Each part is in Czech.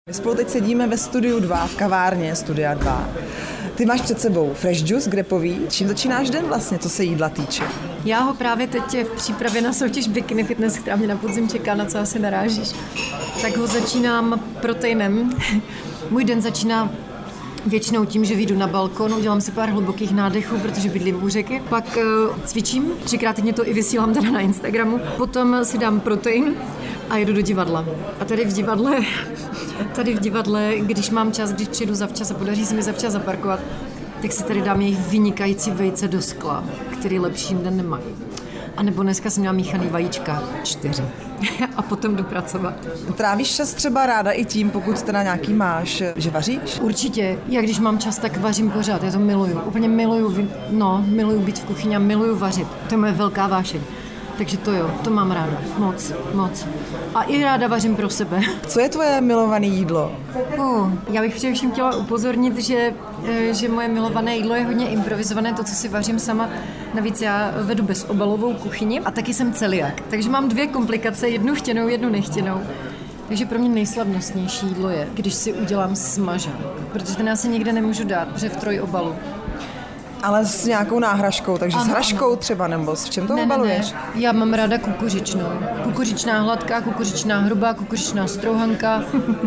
My spolu teď sedíme ve Studiu 2, v kavárně Studia 2. Ty máš před sebou fresh juice grapeový. Čím začínáš den vlastně, co se jídla týče? Já ho právě teď v přípravě na soutěž Bikini Fitness, která mě na podzim čeká, na co asi narážíš, tak ho začínám proteinem. Můj den začíná většinou tím, že vyjdu na balkon, udělám si pár hlubokých nádechů, protože bydlím u řeky. Pak cvičím, 3krát týdně to i vysílám teda na Instagramu. Potom si dám protein a jedu do divadla. A tady v divadle, když mám čas, když přijedu zavčas a podaří se mi zavčas zaparkovat, tak si tady dám jejich vynikající vejce do skla, který lepší den nemají. A nebo dneska jsem měla míchaný vajíčka 4 a potom jdu pracovat. Trávíš čas třeba ráda i tím, pokud teda nějaký máš, že vaříš? Určitě. Já když mám čas, tak vařím pořád. Já to miluju. Úplně miluju být v kuchyni a miluju vařit. To je moje velká vášeň. Takže to jo, to mám ráda. Moc. A i ráda vařím pro sebe. Co je tvoje milované jídlo? Já bych především chtěla upozornit, že moje milované jídlo je hodně improvizované, to, co si vařím sama. Navíc já vedu bezobalovou kuchyni a taky jsem celiak. Takže mám 2 komplikace, jednu chtěnou, jednu nechtěnou. Takže pro mě nejslavnostnější jídlo je, když si udělám smažák. Protože ten já si nikde nemůžu dát, protože v trojobalu. Ale s nějakou náhražkou, takže ano, s hraškou třeba, nebo v čem to obaluješ? Ne. Já mám ráda kukuřičnou. Kukuřičná hladká, kukuřičná hrubá, kukuřičná strouhanka.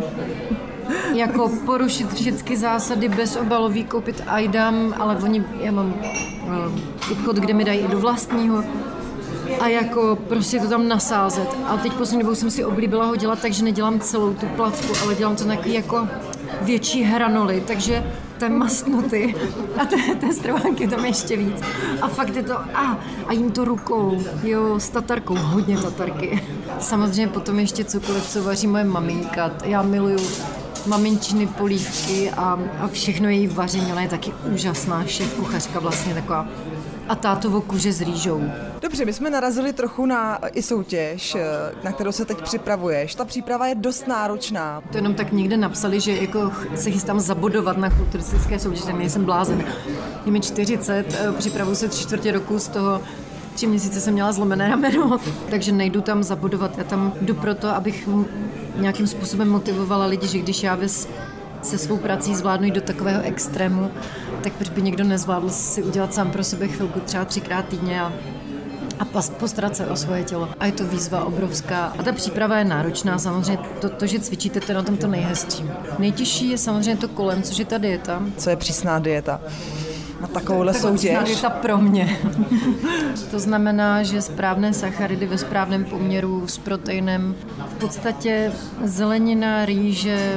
Jako porušit všechny zásady bezobalový, koupit ajdam, ale já mám obchod, kde mi dají i do vlastního. A jako prostě to tam nasázet. A teď poslední dobou jsem si oblíbila ho dělat, takže nedělám celou tu placku, ale dělám to takový jako větší hranoly, takže té masnoty a té strouhanky tam ještě víc. A fakt je to, a jím to rukou, jo, s tatarkou, hodně tatarky. Samozřejmě potom ještě cokoliv, co vaří moje maminka. Já miluju maminčiny polívky a všechno její vaření, ona je taky úžasná šéfkuchařka vlastně taková. A tátovo kuře s rýžou. Dobře, my jsme narazili trochu na i soutěž, na kterou se teď připravuješ. Ta příprava je dost náročná. To jenom tak někde napsali, že jako se chystám zabodovat na kulturistické soutěže, nejsem blázen. Je mi 40, připravuju se 3/4 roku, z toho 3 měsíce jsem měla zlomené rameno, takže nejdu tam zabodovat. Já tam jdu proto, abych nějakým způsobem motivovala lidi, že když já se svou prací zvládnu jít do takového extrému, tak proč by někdo nezvládl si udělat sám pro sebe chvilku třeba 3krát týdně a postarat se o svoje tělo. A je to výzva obrovská. A ta příprava je náročná, samozřejmě to že cvičíte, to je na tom to nejhezčí. Nejtěžší je samozřejmě to kolem, což je ta dieta. Co je přísná dieta? Na takovouhle soutěž? Přísná dieta pro mě. To znamená, že správné sacharidy ve správném poměru s proteinem, v podstatě zelenina, rýže,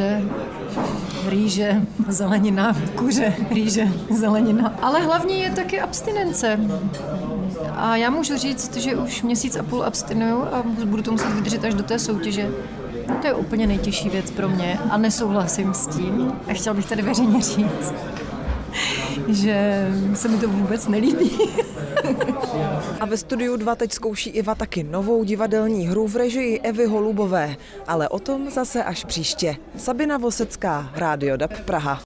zelenina, kuře, rýže, zelenina. Ale hlavně je taky abstinence. A já můžu říct, že už 1,5 měsíce abstinuju a budu to muset vydržet až do té soutěže. To je úplně nejtěžší věc pro mě a nesouhlasím s tím. A chtěla bych tady veřejně říct, že se mi to vůbec nelíbí. A ve Studiu 2 teď zkouší Iva taky novou divadelní hru v režii Evy Holubové. Ale o tom zase až příště. Sabina Vosecká, Rádio DAB Praha.